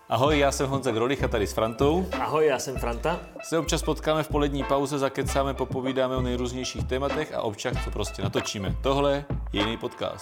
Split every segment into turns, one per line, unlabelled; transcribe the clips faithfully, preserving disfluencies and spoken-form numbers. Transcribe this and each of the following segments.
Ahoj, já jsem Honza Grolich a tady s Frantou.
Ahoj, já jsem Franta.
Se občas potkáme v polední pauze, zakecáme, popovídáme o nejrůznějších tématech a občas to prostě natočíme. Tohle je jiný podcast.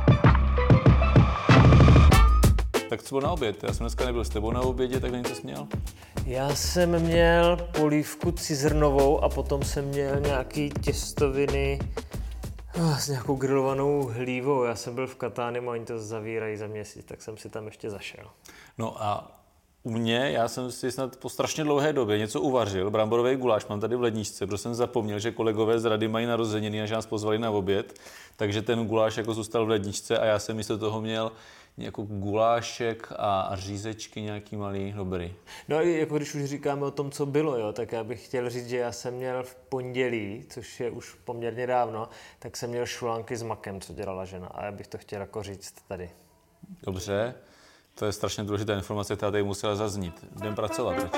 Tak co bylo na oběd? Já jsem dneska nebyl s tebou na obědě, tak něco jsi měl?
Já jsem měl polívku cizrnovou a potom jsem měl nějaký těstoviny s nějakou grilovanou hlívou. Já jsem byl v Katániu a oni to zavírají za měsíc, tak jsem si tam ještě zašel.
No a u mě, já jsem si snad po strašně dlouhé době něco uvařil, bramborový guláš mám tady v ledničce, protože jsem zapomněl, že kolegové z rady mají narozeniny a že nás pozvali na oběd, takže ten guláš jako zůstal v ledničce a já jsem místo toho měl jako gulášek a, a řízečky nějaký malý, dobrý.
No jako když už říkáme o tom, co bylo, jo, tak já bych chtěl říct, že já jsem měl v pondělí, což je už poměrně dávno, tak jsem měl šulánky s makem, co dělala žena a já bych to chtěl jako říct tady.
Dobře, to je strašně důležitá informace, která tady musela zaznít. Jdem pracovat teď.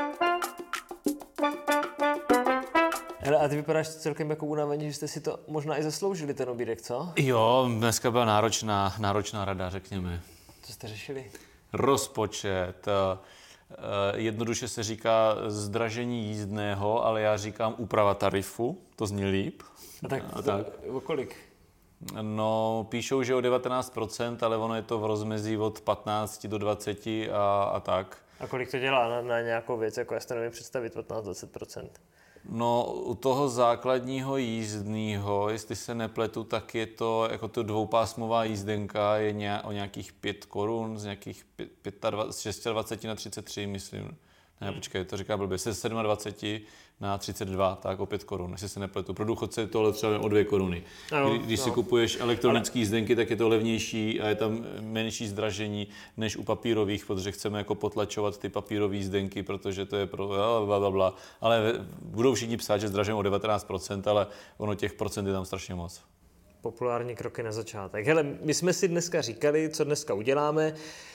Hele, a ty vypadáš celkem jako unavený, že jste si to možná i zasloužili, ten obídek, co?
Jo, dneska byla náročná, náročná rada, řekněme.
Co jste řešili?
Rozpočet, jednoduše se říká zdražení jízdného, ale já říkám úprava tarifu, to zní líp.
A tak,
a tak.
O kolik?
No, píšou, že o devatenáct procent, ale ono je to v rozmezí od patnáct do dvaceti a, a tak.
A kolik to dělá na, na nějakou věc, jako já si to nevím představit, patnáct až dvacet procent?
No, u toho základního jízdného, jestli se nepletu, tak je to jako to dvoupásmová jízdenka, je ně, o nějakých pět korun, z nějakých dvacet šest na třicet tři, myslím. Ne, počkej, to říká blbě, se dvacet sedm na třicet dva, tak o pět korun, jestli se nepletu. Pro důchodce je tohle třeba o dvě koruny. No, Kdy, když no. si kupuješ elektronické jízdenky, tak je to levnější a je tam menší zdražení než u papírových, protože chceme jako potlačovat ty papírové jízdenky, protože to je pro blablabla. Ale budou všichni psát, že zdražujeme o devatenáct procent, ale ono těch procent je tam strašně moc.
Populární kroky na začátek. Hele, my jsme si dneska říkali, co dneska uděláme.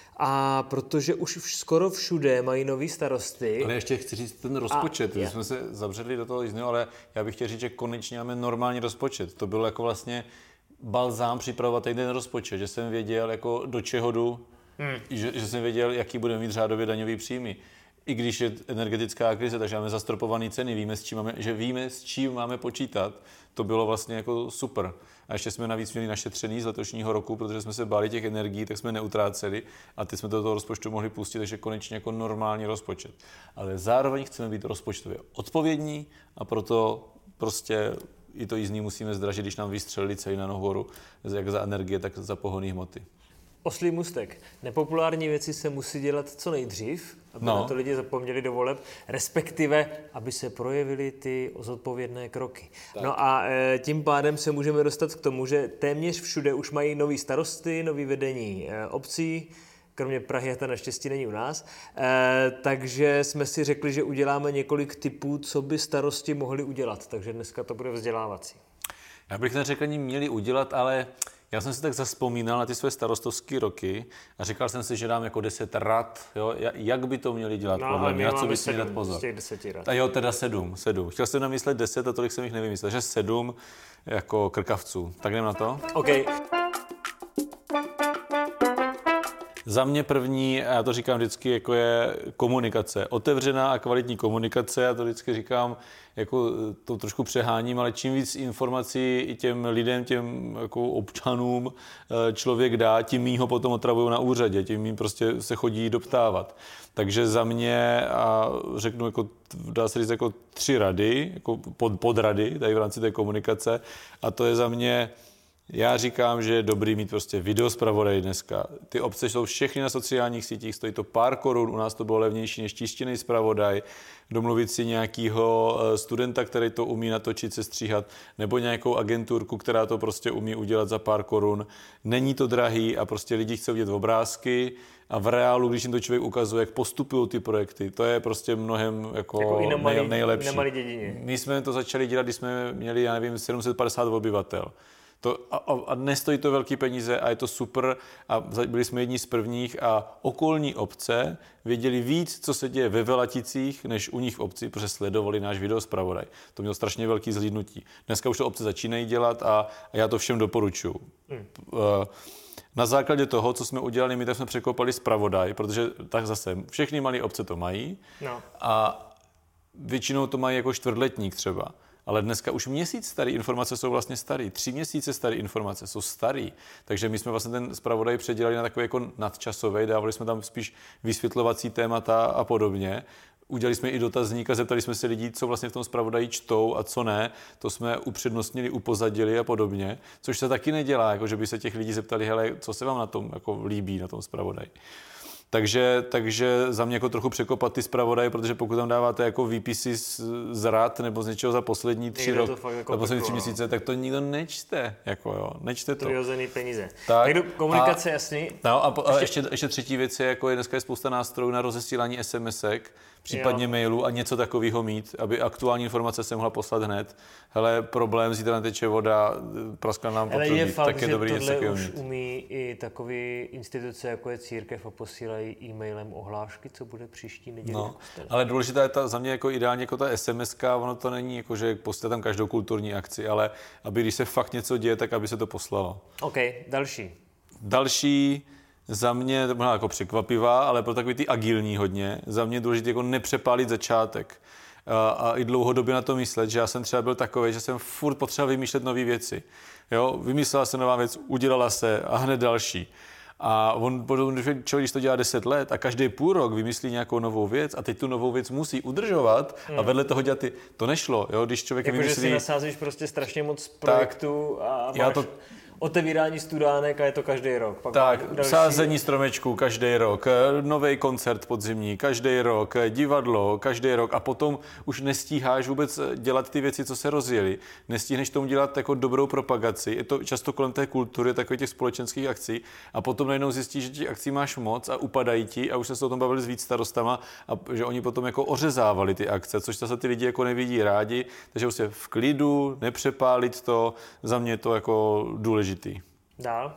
A protože už skoro všude mají nový starosty.
Ale ještě chci říct ten rozpočet. My jsme se zavřeli do toho jízdného, ale já bych chtěl říct, že konečně máme normální rozpočet. To bylo jako vlastně balzám připravovat ten rozpočet, že jsem věděl, jako do čeho jdu, hmm. že, že jsem věděl, jaký bude mít řádově daňový příjmy. I když je energetická krize, takže máme zastropované ceny, víme, s čím máme, že víme, s čím máme počítat. To bylo vlastně jako super. A ještě jsme navíc měli našetřený z letošního roku, protože jsme se báli těch energií, tak jsme neutráceli a teď jsme do toho rozpočtu mohli pustit, takže konečně jako normální rozpočet. Ale zároveň chceme být rozpočtově odpovědní a proto prostě i to jízdný musíme zdražit, když nám vystřelili celý na nahoru, jak za energie, tak za pohonné hmoty.
Oslý můstek. Nepopulární věci se musí dělat co nejdřív, aby no. na to lidi zapomněli do voleb, respektive, aby se projevily ty zodpovědné kroky. Tak. No a e, tím pádem se můžeme dostat k tomu, že téměř všude už mají nový starosty, nový vedení e, obcí, kromě Prahy a ta naštěstí není u nás, e, takže jsme si řekli, že uděláme několik tipů, co by starosti mohli udělat, takže dneska to bude vzdělávací.
Já bych neřekl, ani měli udělat, ale já jsem si tak zavzpomínal na ty své starostovské roky a říkal jsem si, že dám jako deset rad, jo, jak by to měli dělat,
no,
podle mě, na co by si
měli
dát pozor.
Z těch deseti rad.
A jo, teda sedm, sedm. Chtěl jsem namyslet deset a tolik jsem jich nevymyslel, že sedm jako krkavců. Tak jdem na to?
OK.
Za mě první, a já to říkám vždycky, jako je komunikace. Otevřená a kvalitní komunikace, já to vždycky říkám, jako to trošku přeháním, ale čím víc informací i těm lidem, těm jako občanům člověk dá, tím míň ho potom otravují na úřadě, tím míň prostě se chodí doptávat. Takže za mě, a řeknu, jako, dá se říct jako tři rady, jako pod, podrady tady v rámci té komunikace, a to je za mě. Já říkám, že je dobrý mít prostě videozpravodaj dneska. Ty obce jsou všechny na sociálních sítích, stojí to pár korun, u nás to bylo levnější než tištěný zpravodaj, domluvit si nějakýho studenta, který to umí natočit, sestříhat, nebo nějakou agenturku, která to prostě umí udělat za pár korun. Není to drahý a prostě lidi chtějí vidět obrázky a v reálu, když jim to člověk ukazuje, jak postupují ty projekty, to je prostě mnohem jako, jako i nej, malý, nejlepší.
I na malý dědině.
My jsme to začali dělat, když jsme měli, já nevím, sedm set padesát obyvatel. To, a, a nestojí to velký peníze a je to super a byli jsme jedni z prvních a okolní obce věděli víc, co se děje ve Velaticích, než u nich v obci, protože sledovali náš videozpravodaj. To mělo strašně velký zhlídnutí. Dneska už to obce začínají dělat a, a já to všem doporučuju. Hmm. Na základě toho, co jsme udělali my, tak jsme překopali zpravodaj, protože tak zase všechny malé obce to mají
no.
a většinou to mají jako čtvrtletník třeba. Ale dneska už měsíc starý informace jsou vlastně starý. Tři měsíce staré informace jsou starý. Takže my jsme vlastně ten zpravodaj předělali na takový jako nadčasový, dávali jsme tam spíš vysvětlovací témata a podobně. Udělali jsme i dotazník a zeptali jsme se lidí, co vlastně v tom zpravodaji čtou a co ne. To jsme upřednostnili, upozadili a podobně. Což se taky nedělá, jako že by se těch lidí zeptali, hele, co se vám na tom jako líbí, na tom zpravodaji. Takže, takže za mě jako trochu překopat ty zpravodaje, protože pokud tam dáváte jako výpisy z, z rad nebo z něčeho za poslední tři roky, jako za poslední tři měsíce, tak to nikdo nečte. Jako jo, nečte to.
Přirozený peníze.
Tak,
tak komunikace a, jasný.
No a, a ještě, ještě třetí věc je, jako je dneska je spousta nástrojů na rozesílání SMSek, případně jo. mailů a něco takového mít, aby aktuální informace se mohla poslat hned. Hele, problém, zítra neteče voda, praskla nám potrubí, tak je dobrý něco takového mít.
už umí i takové instituce, jako je církev a posílají e-mailem ohlášky, co bude příští neděli.
No, ale důležitá je ta, za mě jako ideálně jako ta SMSka, ono to není jako, že posílá tam každou kulturní akci, ale aby když se fakt něco děje, tak aby se to poslalo.
OK, další.
Další za mě, to možná jako překvapivá, ale pro takový ty agilní hodně, za mě je důležité jako nepřepálit začátek. A, a i dlouhodobě na to myslet, že já jsem třeba byl takový, že jsem furt potřeboval vymýšlet nové věci. Jo, vymyslela se nová věc, udělala se a hned další. A on, člověk, když to dělá deset let a každý půl rok vymyslí nějakou novou věc a teď tu novou věc musí udržovat hmm. a vedle toho dělat ty, to nešlo, jo, když člověk
jako,
vymyslí...
Že si nasázíš prostě strašně moc projektů a máš to... otevírání studánek a je to každý rok. Pak
tak,
další...
sázení stromečků každý rok, nový koncert podzimní každý rok, divadlo každý rok a potom už nestíháš vůbec dělat ty věci, co se rozjeli. Nestíhneš tomu dělat jako dobrou propagaci. Je to často kolem té kultury, takových těch společenských akcí a potom najednou zjistíš, že těch akcí máš moc a upadají ti a už jsme se o tom bavili s víc starostama a že oni potom jako ořezávali ty akce, což zase ty lidi jako nevidí rádi, takže prostě v klidu, nepřepálit to, za mě je to jako důležité.
Dál?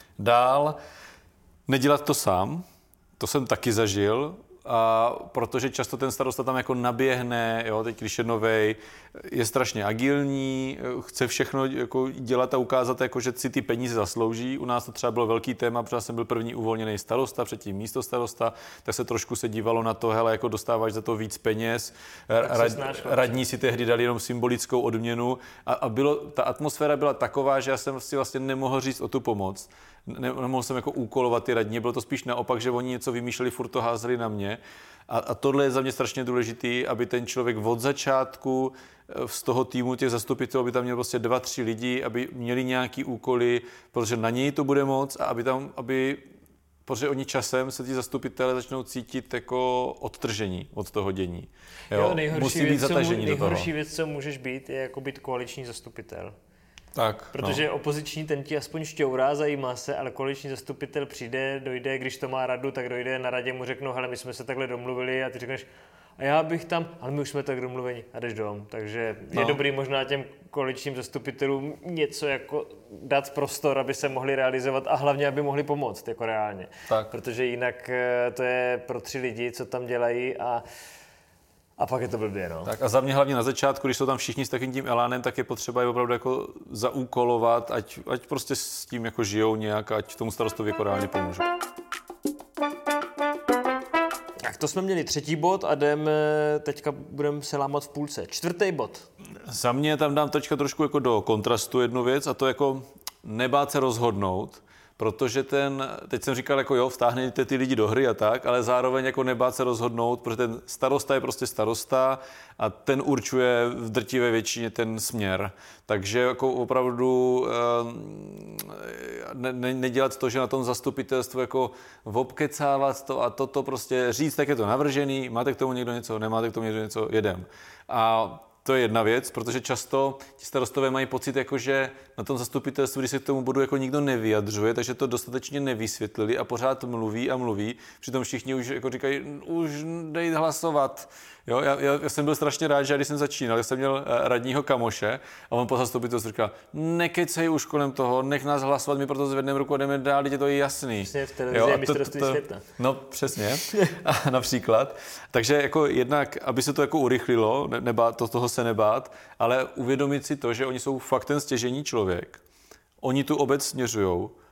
Dál, nedělat to sám, to jsem taky zažil, a protože často ten starosta tam jako naběhne, jo, teď když je novej, je strašně agilní, chce všechno jako dělat a ukázat, jako, že si ty peníze zaslouží. U nás to třeba bylo velký téma, protože jsem byl první uvolněný starosta, předtím místo starosta, tak se trošku se dívalo na to, hele, jako dostáváš za to víc peněz. Rad, radní si tehdy dali jenom symbolickou odměnu a, a bylo, ta atmosféra byla taková, že já jsem si vlastně nemohl říct o tu pomoc. Ne, nemohl jsem jako úkolovat ty radní, bylo to spíš naopak, že oni něco vymýšleli, furt to házeli na mě. A, a tohle je za mě strašně důležitý, aby ten člověk od začátku z toho týmu těch zastupitelů, aby tam měl prostě dva, tři lidi, aby měli nějaký úkoly, protože na něj to bude moc a aby tam, aby, protože oni časem se ti zastupitelé začnou cítit jako odtržení od toho dění. Jo,
jo nejhorší
musí
věc,
být zatažení do toho.
Nejhorší věc, co můžeš být, je jako být koaliční zastupitel.
Tak,
protože
no.
opoziční ten ti aspoň šťourá, zajímá se, ale koaliční zastupitel přijde, dojde, když to má radu, tak dojde na radě, mu řeknou, hele, my jsme se takhle domluvili a ty řekneš, a já bych tam, ale my už jsme tak domluveni a jdeš dom. Takže no. je dobrý možná těm koaličním zastupitelům něco jako dát prostor, aby se mohli realizovat a hlavně, aby mohli pomoct, jako reálně.
Tak.
Protože jinak to je pro tři lidi, co tam dělají a A pak je to blbě, no.
Tak a za mě hlavně na začátku, když jsou tam všichni s takým tím elánem, tak je potřeba je opravdu jako zaúkolovat, ať, ať prostě s tím jako žijou nějak, ať tomu starostovi jako reálně pomůžou.
Tak to jsme měli třetí bod a jdeme, teďka budeme se lámat v půlce. Čtvrtý bod.
Za mě tam dám teďka trošku jako do kontrastu jednu věc a to jako nebát se rozhodnout, protože ten, teď jsem říkal, jako jo, vstáhněte ty lidi do hry a tak, ale zároveň jako nebát se rozhodnout, protože ten starosta je prostě starosta a ten určuje v drtivé většině ten směr. Takže jako opravdu ne, ne, nedělat to, že na tom zastupitelstvu jako obkecávat to a toto prostě říct, tak je to navržený, máte k tomu někdo něco, nemáte k tomu někdo něco, jedem. A to je jedna věc, protože často ti starostové mají pocit, jako, že na tom zastupitelstvu, když se k tomu bodu jako nikdo nevyjadřuje, takže to dostatečně nevysvětlili a pořád mluví a mluví. Přitom všichni už jako říkají, už dej hlasovat. Jo, já, já, jsem byl strašně rád, že když jsem začínal, já jsem měl radního kamoše a on po zastupitelstvu říkal, nekecej už kolem toho, nech nás hlasovat, my proto zvedneme ruku a jdeme dál, je to jasný.
Přesně, v televizi je mistrovství světa.
No přesně, a například. Takže jako jednak, aby se to jako urychlilo, ne, nebát, to, toho se nebát, ale uvědomit si to, že oni jsou fakt ten stěžejní člověk. Oni tu obec směřujou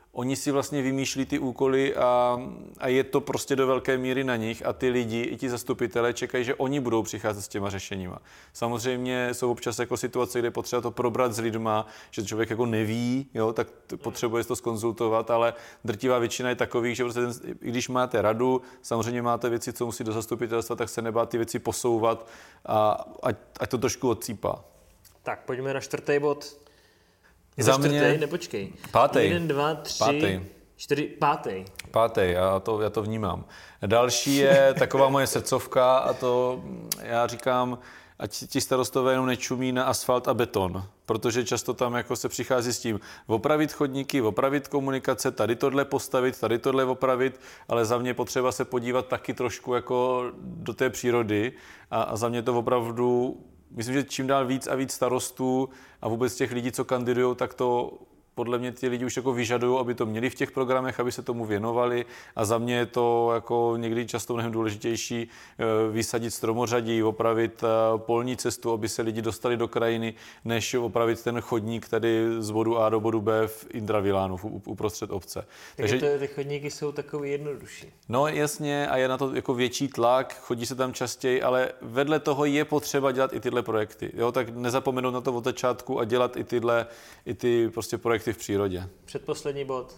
oni si vlastně vymýšlí ty úkoly a, a je to prostě do velké míry na nich a ty lidi, i ti zastupitelé čekají, že oni budou přicházet s těma řešeníma. Samozřejmě jsou občas jako situace, kde je potřeba to probrat s lidma, že člověk jako neví, jo, tak potřebuje to zkonzultovat, ale drtivá většina je takových, že prostě ten, i když máte radu, samozřejmě máte věci, co musí do zastupitelstva, tak se nebá ty věci posouvat a ať, ať to trošku odcípá.
Tak pojďme na čtvrtý bod. Je
Za
to čtvrtý?
mě...
Nepočkej.
Pátý.
Jeden, dva, tři,
Pátý.
čtyři, pátý.
Pátý, já to, já to vnímám. Další je taková moje srdcovka a to já říkám, ať ti starostové jenom nečumí na asfalt a beton, protože často tam jako se přichází s tím opravit chodníky, opravit komunikace, tady tohle postavit, tady tohle opravit, ale za mě potřeba se podívat taky trošku jako do té přírody a, a za mě to opravdu, myslím, že čím dál víc a víc starostů a vůbec těch lidí, co kandidujou, tak to podle mě ty lidi už jako vyžadují, aby to měli v těch programech, aby se tomu věnovali a za mě je to jako někdy často mnohem důležitější vysadit stromořadí, opravit polní cestu, aby se lidi dostali do krajiny, než opravit ten chodník tady z bodu A do bodu B v Indravilánu, uprostřed obce.
Takže, Takže ty chodníky jsou takový jednodušší.
No jasně a je na to jako větší tlak, chodí se tam častěji, ale vedle toho je potřeba dělat i tyhle projekty. Jo, tak nezapomenout na to od začátku a dělat i tyhle, i ty prostě projekty v přírodě.
Předposlední bod.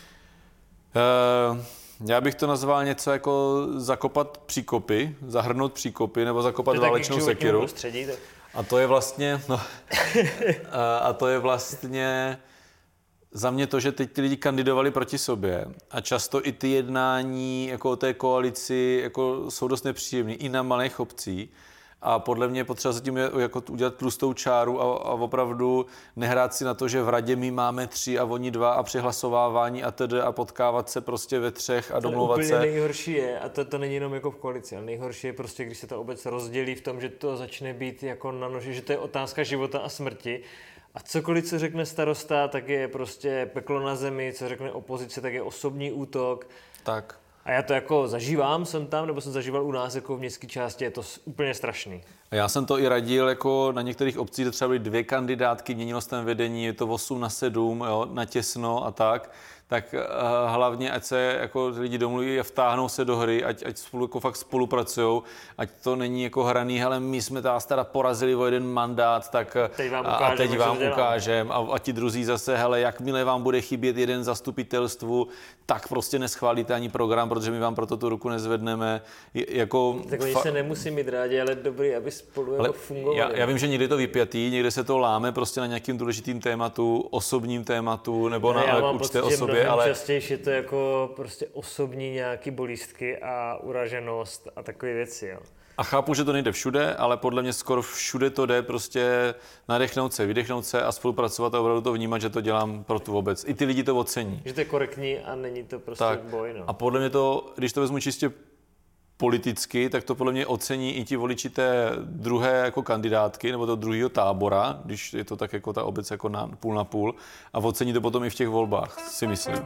Uh, já bych to nazval něco jako zakopat příkopy, zahrnout příkopy nebo zakopat válečnou sekiru.
Prostředí, tak...
A to je vlastně, no, a, a to je vlastně za mě to, že teď ty lidi kandidovali proti sobě a často i ty jednání jako o té koalici jako jsou dost nepříjemný i na malých obcích. A podle mě je potřeba zatím jako udělat tlustou čáru a, a opravdu nehrát si na to, že v radě my máme tři a oni dva a přihlasovávání a tedy a potkávat se prostě ve třech a domlouvat se.
Úplně nejhorší je, a to, to není jenom jako v koalici, ale nejhorší je prostě, když se ta obec rozdělí v tom, že to začne být jako na noži, že to je otázka života a smrti. A cokoliv, co řekne starosta, tak je prostě peklo na zemi, co řekne opozice, tak je osobní útok.
Tak.
A já to jako zažívám, jsem tam, nebo jsem zažíval u nás jako v městské části, je to úplně strašný.
A já jsem to i radil jako na některých obcích, kde třeba byly dvě kandidátky, měnilo se tam vedení, je to osm na sedm, jo, na těsno a tak. Tak uh, hlavně, ať se jako lidi domluví a vtáhnou se do hry, ať, ať spolu, jako fakt spolupracujou, ať to není jako hraný, hele, my jsme vás teda porazili o jeden mandát, tak
teď vám
ukážem, a teď vám ukážem a, a ti druzí zase, hele, jakmile vám bude chybět jeden zastupitelstvu, tak prostě neschválíte ani program, protože my vám proto tu ruku nezvedneme. Je, jako
tak oni fa- se nemusí mít rádi, ale dobrý, aby spolu ale jako fungovali.
Já, já vím, že někdy je to vypjatý, někde se to láme prostě na nějakým důležitým tématu, osobním tématu, nebo
ne,
na určité osobě. Ale
častěji je to jako prostě osobní nějaký bolístky a uraženost a takové věci, jo.
A chápu, že to nejde všude, ale podle mě skoro všude to jde prostě nadechnout se, vydechnout se a spolupracovat a opravdu to vnímat, že to dělám pro tu obec. I ty lidi to ocení.
Že to je korektní a není to prostě tak, boj, no.
A podle mě to, když to vezmu čistě politicky, tak to podle mě ocení i ti voliči té druhé jako kandidátky nebo toho druhého tábora, když je to tak jako ta obec jako na půl na půl a ocení to potom i v těch volbách, si myslím.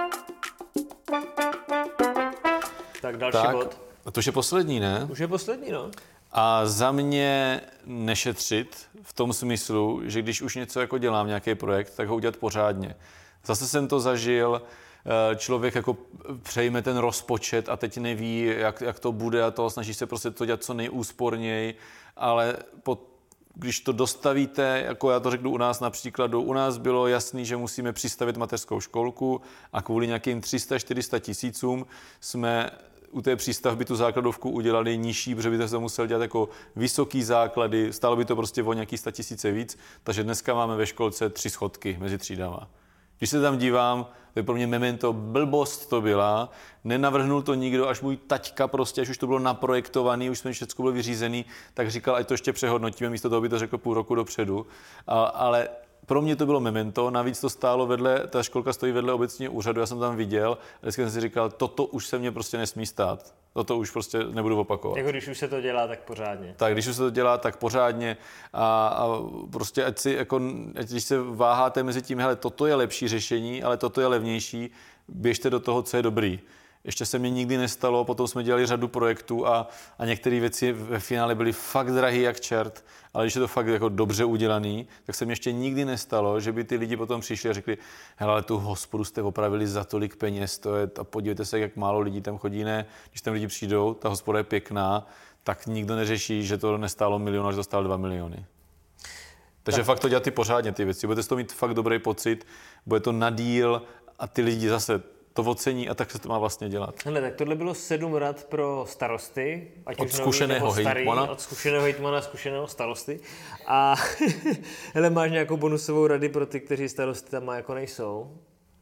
Tak další tak, bod.
A to už je poslední, ne?
Už je poslední, no.
A za mě nešetřit v tom smyslu, že když už něco jako dělám, nějaký projekt, tak ho udělat pořádně. Zase jsem to zažil, člověk jako přejme ten rozpočet a teď neví, jak, jak to bude a to snaží se prostě to dělat co nejúsporněji, ale po, když to dostavíte, jako já to řeknu u nás na příkladu, u nás bylo jasný, že musíme přistavit mateřskou školku a kvůli nějakým tři sta čtyři sta tisícům jsme u té přístavby tu základovku udělali nižší, protože by to se musel dělat jako vysoký základy, stálo by to prostě o nějaký sta tisíce víc, takže dneska máme ve školce tři schodky mezi třídama. Když se tam dívám, to je pro mě memento, blbost to byla, nenavrhnul to nikdo, až můj taťka prostě, až už to bylo naprojektovaný, už jsme všechno bylo vyřízený, tak říkal, ať to ještě přehodnotíme, místo toho by to řekl půl roku dopředu, a, ale pro mě to bylo memento, navíc to stálo vedle, ta školka stojí vedle obecního úřadu, já jsem tam viděl, a vždycky jsem si říkal, toto už se mně prostě nesmí stát. Toto už prostě nebudu opakovat.
Jako když už se to dělá, tak pořádně.
Tak, když už se to dělá, tak pořádně a, a prostě ať si, jako, ať když se váháte mezi tím, hele, toto je lepší řešení, ale toto je levnější, běžte do toho, co je dobrý. Ještě se mi nikdy nestalo, potom jsme dělali řadu projektů a, a některé věci ve finále byly fakt drahý jak čert, ale když je to fakt jako dobře udělaný, tak se mi ještě nikdy nestalo, že by ty lidi potom přišli a řekli, hele, ale tu hospodu jste opravili za tolik peněz, to je, a podívejte se, jak málo lidí tam chodí, ne, když tam lidi přijdou, ta hospoda je pěkná, tak nikdo neřeší, že to nestálo milion, až to stálo dva miliony. Takže tak. Fakt to dělat ty pořádně ty věci, budete z toho mít fakt dobrý pocit, bude to na díl a ty lidi zase to ocení a tak se to má vlastně dělat.
Hele, tak tohle bylo sedm rad pro starosty, ať
od
už
zkušeného
nový, starý,
hejtmana.
Od zkušeného hejtmana, zkušeného starosty. A hele, máš nějakou bonusovou rady pro ty, kteří starosty tam jako nejsou?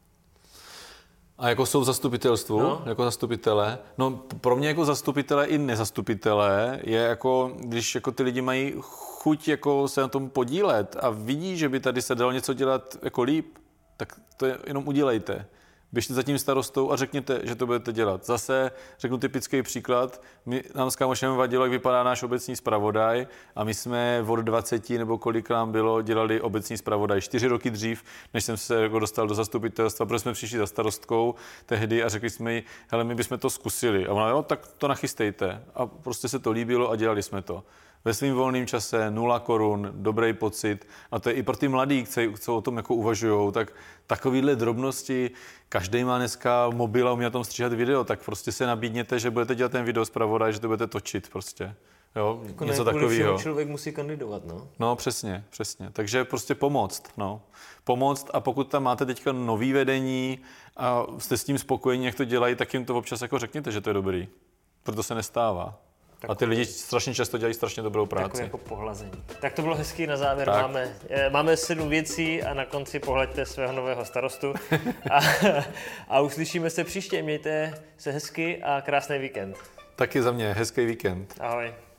A jako jsou v zastupitelstvu, no. Jako zastupitelé. No pro mě jako zastupitelé i nezastupitelé je jako, když jako ty lidi mají chuť jako se na tom podílet a vidí, že by tady se dalo něco dělat jako líp, tak to jenom udělejte. Běžte za tím starostou a řekněte, že to budete dělat. Zase řeknu typický příklad. My, nám s kámošem vadilo, jak vypadá náš obecní zpravodaj a my jsme od dvaceti nebo kolik nám bylo, dělali obecní zpravodaj. Čtyři roky dřív, než jsem se jako dostal do zastupitelstva, protože jsme přišli za starostkou tehdy a řekli jsme jí, hele, my bychom to zkusili. A ona, jo, tak to nachystejte. A prostě se to líbilo a dělali jsme to. Ve svým volném čase nula korun, dobrý pocit. A to je i pro ty mladí, co o tom jako uvažujou, tak takovýhle drobnosti, každý má dneska mobil a umí na tom stříhat video, tak prostě se nabídněte, že budete dělat ten video zpravodaj, že to budete točit prostě. Jo,
jako
něco takového.
Člověk musí kandidovat, no.
No, přesně, přesně. Takže prostě pomoct, no. Pomoct a pokud tam máte teďka nový vedení a jste s tím spokojení, jak to dělají, tak jim to občas jako řekněte, že to je dobrý. Proto se nestává. Takový, a ty lidi strašně často dělají strašně dobrou práci.
Takové jako pohlazení. Tak to bylo hezký na závěr. Máme, máme sedm věcí a na konci pohleďte svého nového starostu. a, a uslyšíme se příště. Mějte se hezky a krásný víkend.
Taky za mě hezký víkend.
Ahoj.